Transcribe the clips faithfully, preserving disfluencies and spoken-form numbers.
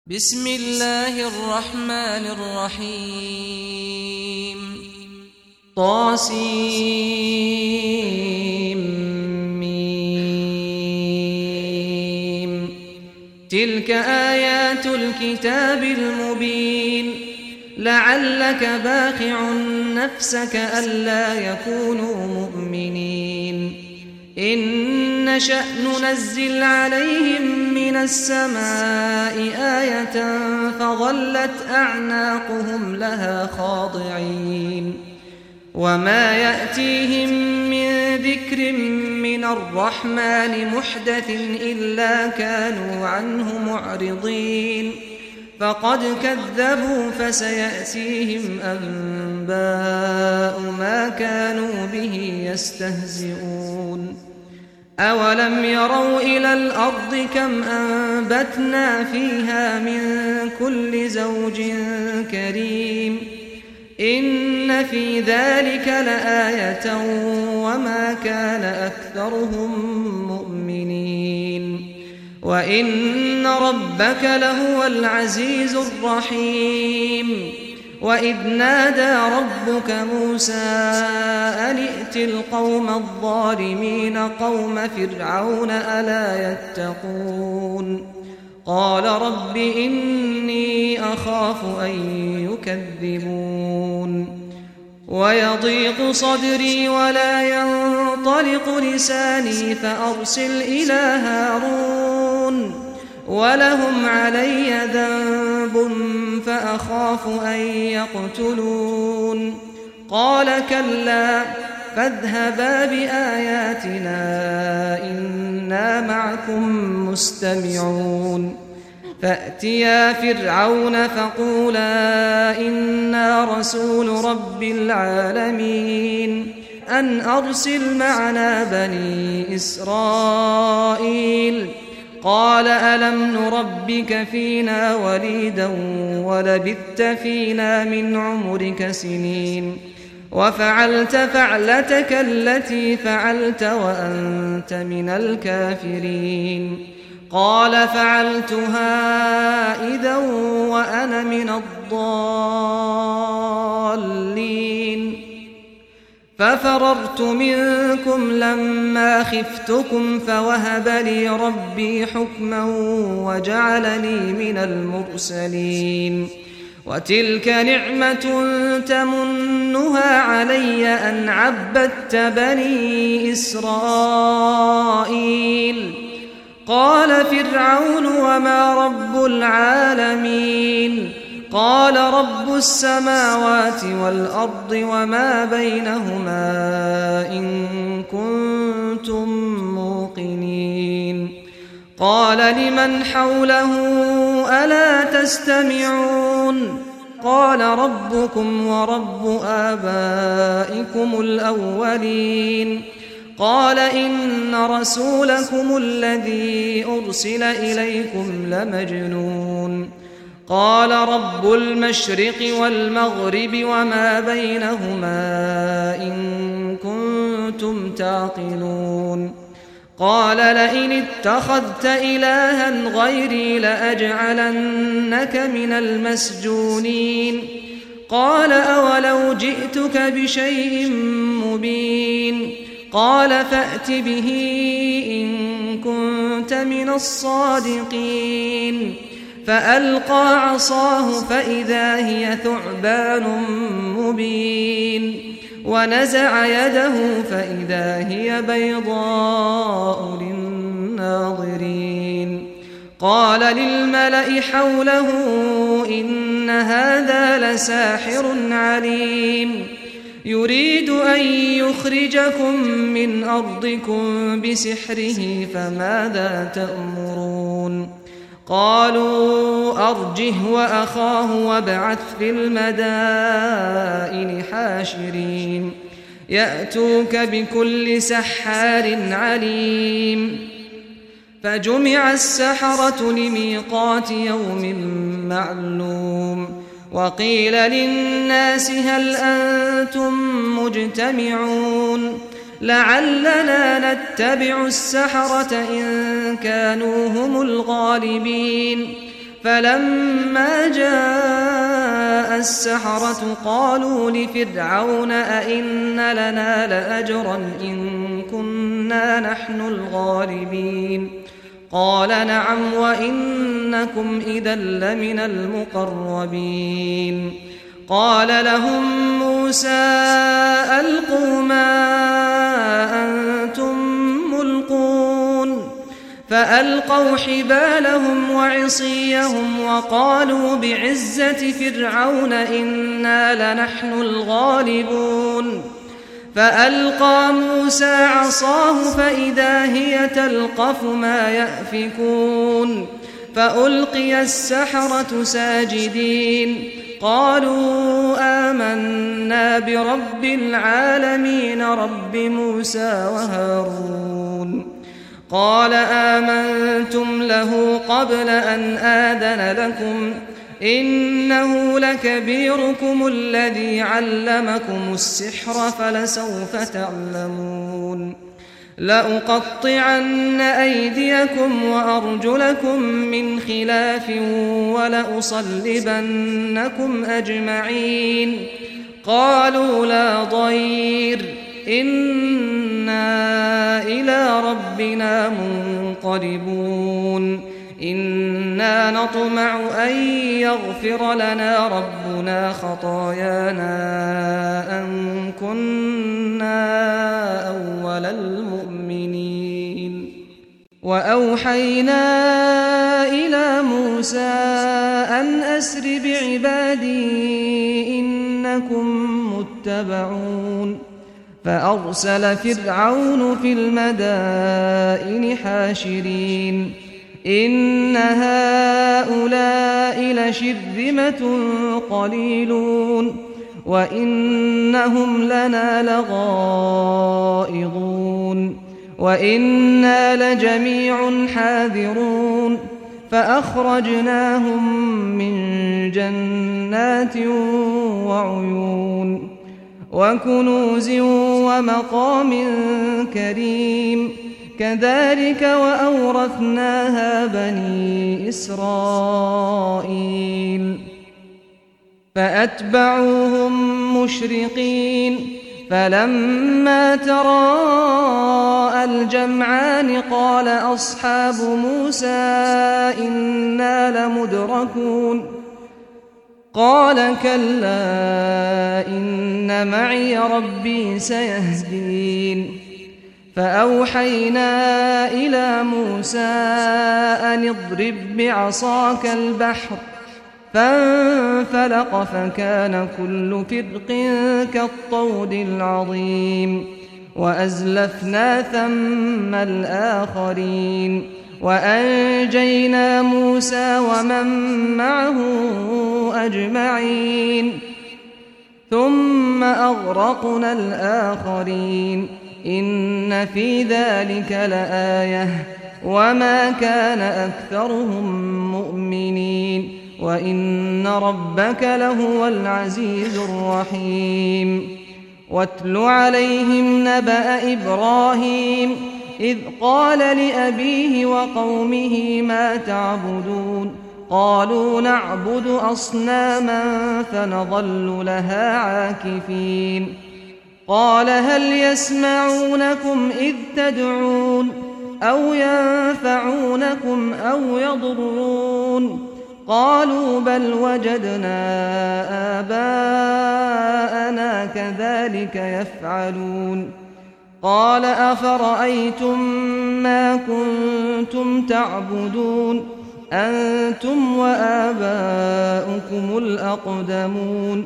بسم الله الرحمن الرحيم طاسيم تلك آيات الكتاب المبين لعلك باخع نفسك ألا يكونوا مؤمنين إن نشأ ننزل عليهم من السماء آية فظلت أعناقهم لها خاضعين وما يأتيهم من ذكر من الرحمن محدث إلا كانوا عنه معرضين فقد كذبوا فسيأتيهم أنباء ما كانوا به يستهزئون أولم يروا إلى الأرض كم أنبتنا فيها من كل زوج كريم إن في ذلك لآية وما كان أكثرهم مؤمنين وإن ربك لهو العزيز الرحيم وإذ نادى ربك موسى أن ائت القوم الظالمين قوم فرعون ألا يتقون قال رب إني أخاف أن يكذبون ويضيق صدري ولا ينطلق لساني فأرسل إلى هارون ولهم علي ذنب فأخاف أن يقتلون قال كلا فاذهبا بآياتنا إنا معكم مستمعون فأتيا فرعون فقولا إنا رسول رب العالمين أن أرسل معنا بني إسرائيل قال ألم نربك فينا وليدا ولبثت فينا من عمرك سنين وفعلت فعلتك التي فعلت وأنت من الكافرين قال فعلتها إذا وأنا من الضالين ففررت منكم لما خفتكم فوهب لي ربي حكما وجعلني من المرسلين وتلك نعمة تمنها علي أن عبدت بني إسرائيل قال فرعون وما رب العالمين قال رب السماوات والأرض وما بينهما إن كنتم موقنين قال لمن حوله ألا تستمعون قال ربكم ورب آبائكم الأولين قال إن رسولكم الذي أرسل إليكم لمجنون قال رب المشرق والمغرب وما بينهما إن كنتم تعقلون قال لئن اتخذت إلها غيري لأجعلنك من المسجونين قال أولو جئتك بشيء مبين قال فأت به إن كنت من الصادقين فألقى عصاه فإذا هي ثعبان مبين ونزع يده فإذا هي بيضاء للناظرين قال للملأ حوله إن هذا لساحر عليم يريد أن يخرجكم من أرضكم بسحره فماذا تأمرون قالوا أرجه وأخاه وابعث في المدائن حاشرين يأتوك بكل سحار عليم فجمع السحرة لميقات يوم معلوم وقيل للناس هل أنتم مجتمعون لعلنا نتبع السحرة إن كانوا هم الغالبين فلما جاء السحرة قالوا لفرعون أئن لنا لأجرا إن كنا نحن الغالبين قال نعم وإنكم إذا لمن المقربين قال لهم موسى ألقوا ما أنتم ملقون فألقوا حبالهم وعصيهم وقالوا بعزة فرعون إنا لنحن الغالبون فألقى موسى عصاه فإذا هي تلقف ما يأفكون فألقي السحرة ساجدين قالوا آمنا برب العالمين رب موسى وهارون قال آمنتم له قبل أن آذن لكم إنه لكبيركم الذي علمكم السحر فلسوف تعلمون لأقطعن أيديكم وأرجلكم من خلاف ولأصلبنكم أجمعين قالوا لا ضير إنا إلى ربنا منقلبون إنا نطمع أن يغفر لنا ربنا خطايانا أن كنا أول المؤمنين وأوحينا إلى موسى أن أسر بعبادي إنكم متبعون فأرسل فرعون في المدائن حاشرين إن هؤلاء لشرذمة قليلون وإنهم لنا لغائظون وإنا لجميع حاذرون فأخرجناهم من جنات وعيون وكنوز ومقام كريم كذلك وأورثناها بني إسرائيل فأتبعوهم مشرقين فلما تراءى الجمعان قال أصحاب موسى إنا لمدركون قال كلا إن معي ربي سيهدين فأوحينا إلى موسى أن اضرب بعصاك البحر فانفلق فكان كل فرق كالطود العظيم وأزلفنا ثم الآخرين وأنجينا موسى ومن معه أجمعين ثم أغرقنا الآخرين إن في ذلك لآية وما كان أكثرهم مؤمنين وإن ربك لهو العزيز الرحيم واتل عليهم نبأ إبراهيم إذ قال لأبيه وقومه ما تعبدون قالوا نعبد أصناما فنظل لها عاكفين قال هل يسمعونكم إذ تدعون أو ينفعونكم أو يضرون قالوا بل وجدنا آباءنا كذلك يفعلون قال أفرأيتم ما كنتم تعبدون أنتم وآباؤكم الأقدمون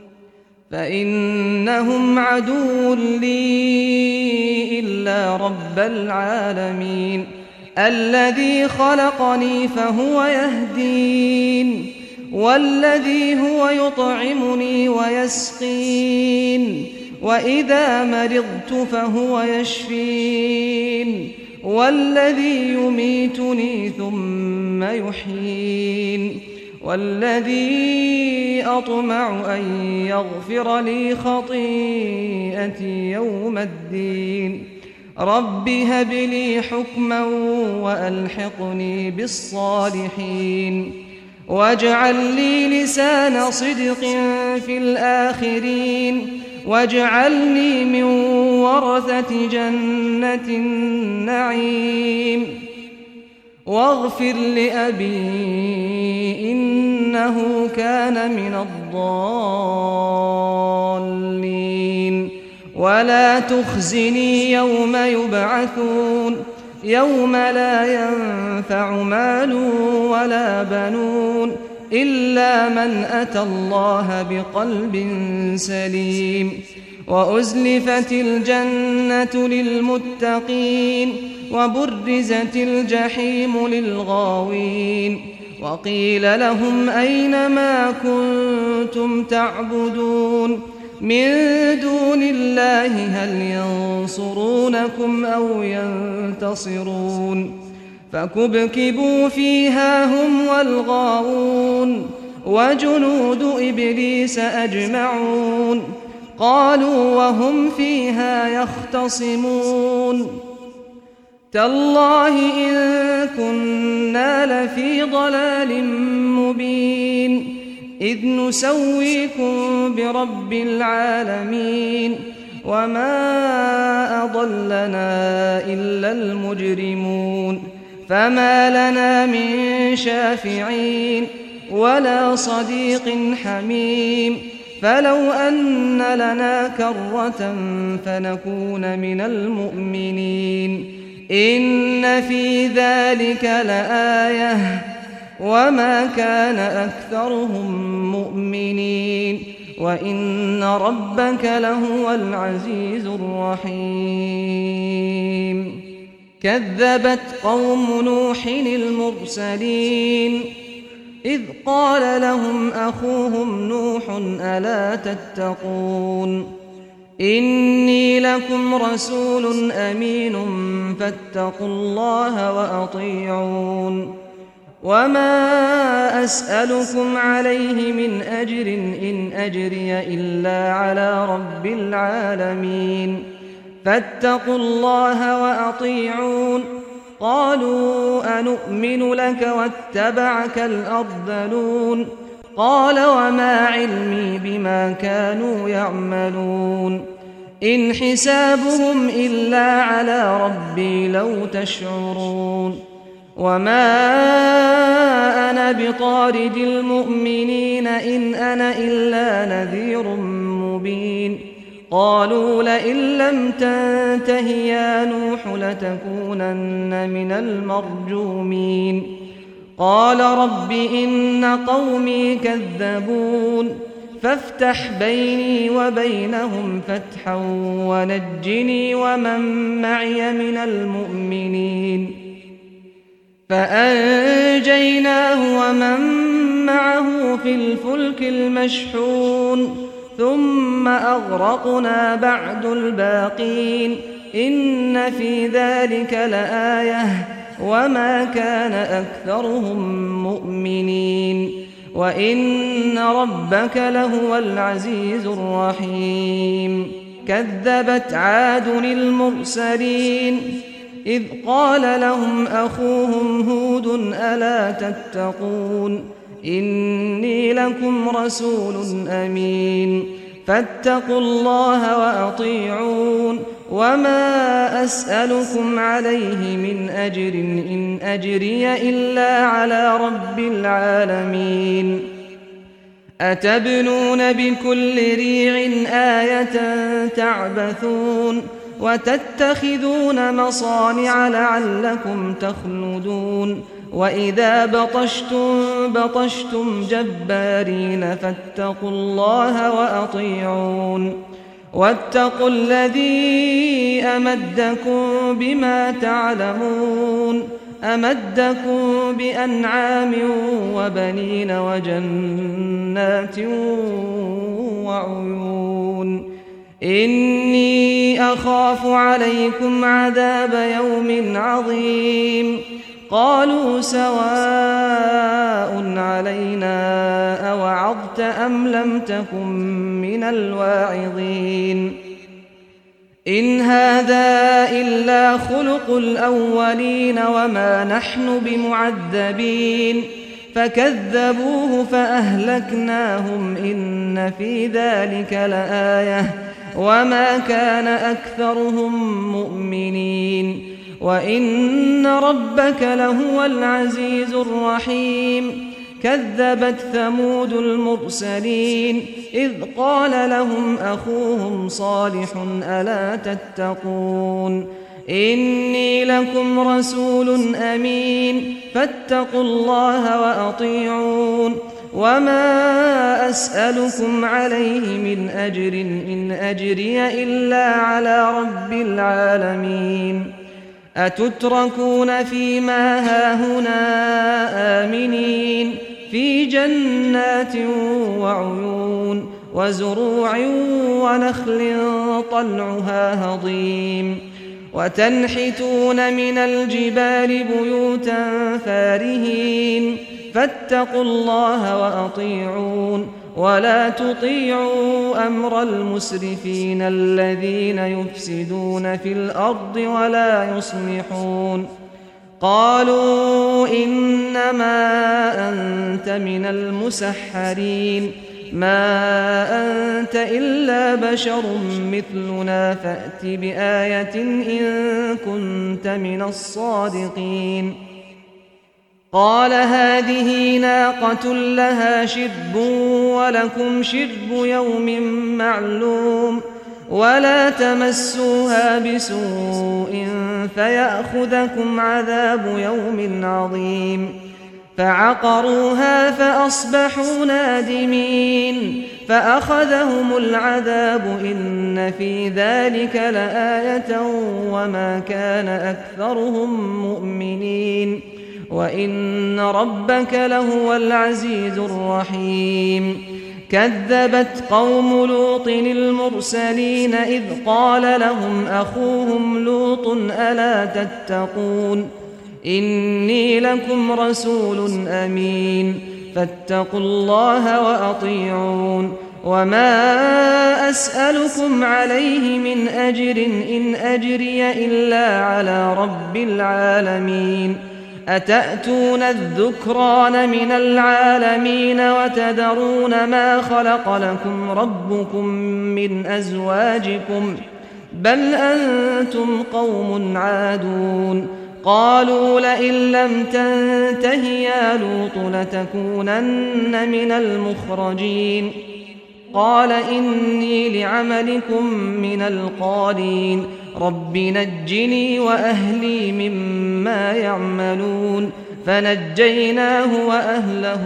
فإنهم عدو لي إلا رب العالمين الذي خلقني فهو يهدين والذي هو يطعمني ويسقين وإذا مرضت فهو يشفين والذي يميتني ثم يحيين والذي أطمع أن يغفر لي خطيئتي يوم الدين رب هب لي حكما وألحقني بالصالحين واجعل لي لسان صدق في الآخرين واجعلني من ورثة جنة النعيم واغفر لأبي إنه كان من الضالين ولا تخزني يوم يبعثون يوم لا ينفع مال ولا بنون إلا من أتى الله بقلب سليم وأزلفت الجنة للمتقين وبرزت الجحيم للغاوين وقيل لهم أين ما كنتم تعبدون من دون الله هل ينصرونكم أو ينتصرون فكبكبوا فيها هم والغاوون وجنود إبليس أجمعون قالوا وهم فيها يختصمون تالله إن كنا لفي ضلال مبين إذ نسويكم برب العالمين وما أضلنا إلا المجرمون فما لنا من شافعين ولا صديق حميم فلو أن لنا كرة فنكون من المؤمنين إن في ذلك لآية وما كان أكثرهم مؤمنين وإن ربك لهو العزيز الرحيم كذبت قوم نوح المرسلين إذ قال لهم أخوهم نوح ألا تتقون إني لكم رسول أمين فاتقوا الله وأطيعون وما أسألكم عليه من أجر إن أجري إلا على رب العالمين فاتقوا الله وأطيعون قالوا أنؤمن لك واتبعك الأرذلون قال وما علمي بما كانوا يعملون إن حسابهم إلا على ربي لو تشعرون وما أنا بطارد المؤمنين إن أنا إلا نذير مبين قالوا لئن لم تنته يا نوح لتكونن من المرجومين قال رب إن قومي كذبون فافتح بيني وبينهم فتحا ونجني ومن معي من المؤمنين فأنجيناه ومن معه في الفلك المشحون ثم أغرقنا بعد الباقين إن في ذلك لآية وما كان أكثرهم مؤمنين وإن ربك لهو العزيز الرحيم كذبت عاد المرسلين إذ قال لهم أخوهم هود ألا تتقون إني لكم رسول أمين فاتقوا الله وأطيعون وما أسألكم عليه من أجر إن أجري إلا على رب العالمين أتبنون بكل ريع آية تعبثون وتتخذون مصانع لعلكم تخلدون وإذا بطشتم بطشتم جبارين فاتقوا الله وأطيعون واتقوا الذي أمدكم بما تعلمون أمدكم بأنعام وبنين وجنات وعيون إني أخاف عليكم عذاب يوم عظيم قالوا سواء علينا أوعظت أم لم تكن من الواعظين إن هذا إلا خلق الأولين وما نحن بمعذبين فكذبوه فأهلكناهم إن في ذلك لآية وما كان أكثرهم مؤمنين وإن ربك لهو العزيز الرحيم كذبت ثمود المرسلين إذ قال لهم أخوهم صالح ألا تتقون إني لكم رسول أمين فاتقوا الله وأطيعون وما أسألكم عليه من أجر إن أجري إلا على رب العالمين أتتركون فيما هاهنا آمنين في جنات وعيون وزروع ونخل طلعها هضيم وتنحتون من الجبال بيوتا فارهين فاتقوا الله وأطيعون ولا تطيعوا أمر المسرفين الذين يفسدون في الأرض ولا يصلحون قالوا إنما أنت من المسحرين ما أنت إلا بشر مثلنا فأت بآية إن كنت من الصادقين قال هذه ناقة لها شرب ولكم شرب يوم معلوم ولا تمسوها بسوء فيأخذكم عذاب يوم عظيم فعقروها فأصبحوا نادمين فأخذهم العذاب إن في ذلك لآية وما كان أكثرهم مؤمنين وإن ربك لهو العزيز الرحيم كذبت قوم لوط المرسلين إذ قال لهم أخوهم لوط ألا تتقون إني لكم رسول أمين فاتقوا الله وأطيعون وما أسألكم عليه من أجر إن أجري إلا على رب العالمين أتأتون الذكران من العالمين وتذرون ما خلق لكم ربكم من أزواجكم بل أنتم قوم عادون قالوا لئن لم تنته يا لوط لتكونن من المخرجين قال إني لعملكم من القالين رب نجني وأهلي مما يعملون فنجيناه وأهله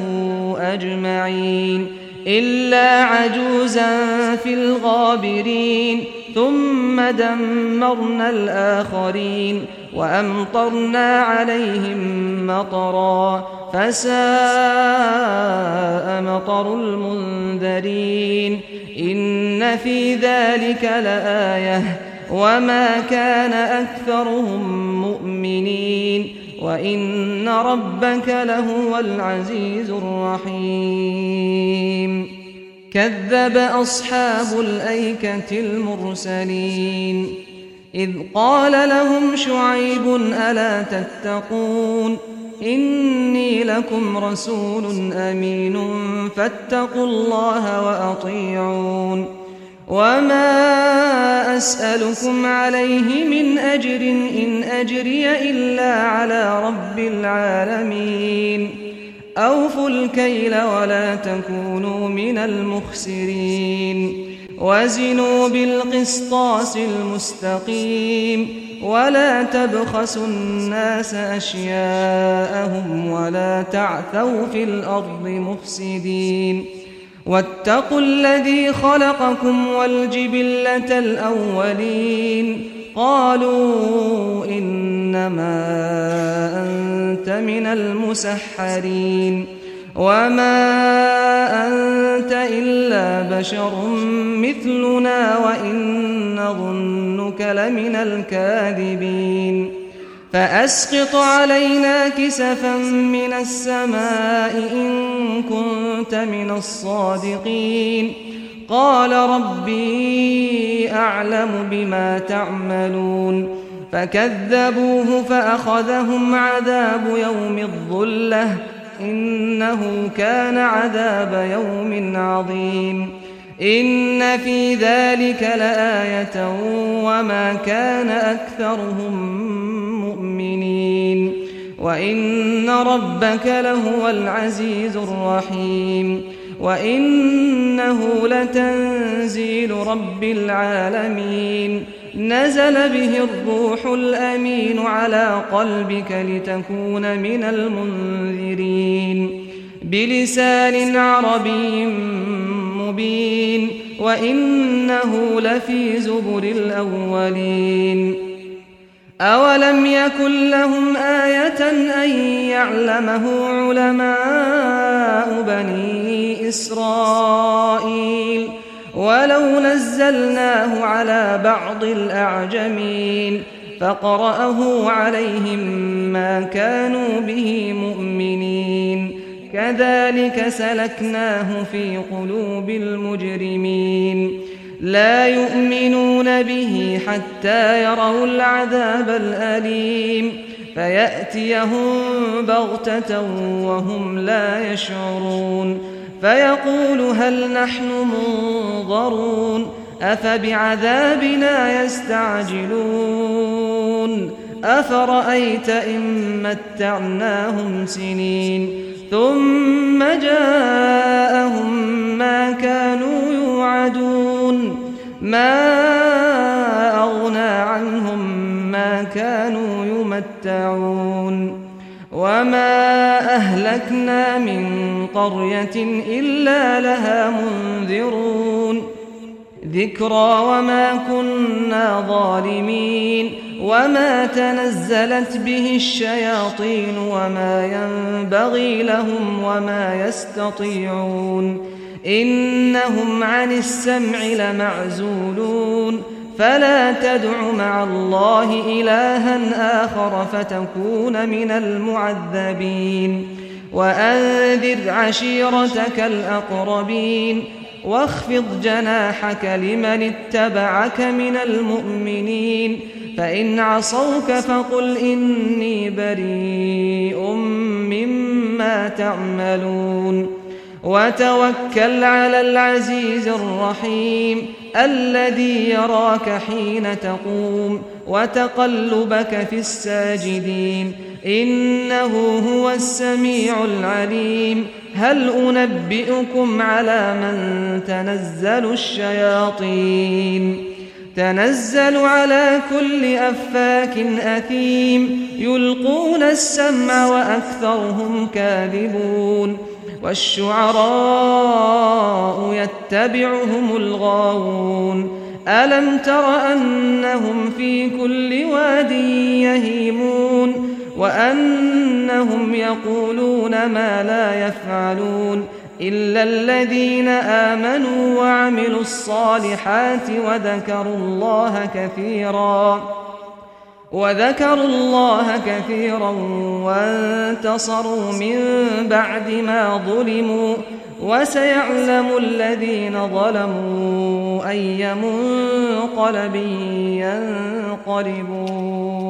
أجمعين إلا عجوزا في الغابرين ثم دمرنا الآخرين وأمطرنا عليهم مطرا فساء مطر المنذرين إن في ذلك لآية وما كان أكثرهم مؤمنين وإن ربك لهو العزيز الرحيم كذب أصحاب الأيكة المرسلين إذ قال لهم شعيب ألا تتقون إني لكم رسول أمين فاتقوا الله وأطيعون وما أسألكم عليه من أجر إن أجري إلا على رب العالمين أوفوا الكيل ولا تكونوا من المخسرين وزنوا بالقسطاس المستقيم ولا تبخسوا الناس أشياءهم ولا تعثوا في الأرض مفسدين واتقوا الذي خلقكم والجبلة الأولين قالوا إنما أنت من المسحرين وما أنت إلا بشر مثلنا وإن نظنك لمن الكاذبين فأسقط علينا كسفا من السماء إن كنت من الصادقين قال ربي أعلم بما تعملون فكذبوه فأخذهم عذاب يوم الظلة إنه كان عذاب يوم عظيم إن في ذلك لآية وما كان أكثرهم مؤمنين وإن ربك لهو العزيز الرحيم وإنه لتنزيل رب العالمين نزل به الروح الأمين على قلبك لتكون من المنذرين بلسان عربي مبين وإنه لفي زبر الأولين أولم يكن لهم آية أن يعلمه علماء بني إسرائيل ولو نزلناه على بعض الأعجمين فقرأه عليهم ما كانوا به مؤمنين كذلك سلكناه في قلوب المجرمين لا يؤمنون به حتى يروا العذاب الأليم فيأتيهم بغتة وهم لا يشعرون فيقول هل نحن منظرون أفبعذابنا يستعجلون أفرأيت إن متعناهم سنين ثم جاءهم ما كانوا يوعدون ما أغنى عنهم ما كانوا يمتعون وما أهلكنا من قرية إلا لها منذرون ذكرى وما كنا ظالمين وما تنزلت به الشياطين وما ينبغي لهم وما يستطيعون إنهم عن السمع لمعزولون فلا تدع مع الله إلها آخر فتكون من المعذبين وأنذر عشيرتك الأقربين واخفض جناحك لمن اتبعك من المؤمنين فإن عصوك فقل إني بريء مما تعملون وتوكل على العزيز الرحيم الذي يراك حين تقوم وتقلبك في الساجدين إنه هو السميع العليم هل أنبئكم على من تنزل الشياطين تنزل على كل أفاك أثيم يلقون السمع وأكثرهم كاذبون والشعراء يتبعهم الغاوون ألم تر أنهم في كل واد يهيمون وأنهم يقولون ما لا يفعلون إلا الذين آمنوا وعملوا الصالحات وذكروا الله كثيرا وذكروا الله كثيرا وانتصروا من بعد ما ظلموا وسيعلم الذين ظلموا أي منقلب ينقلبون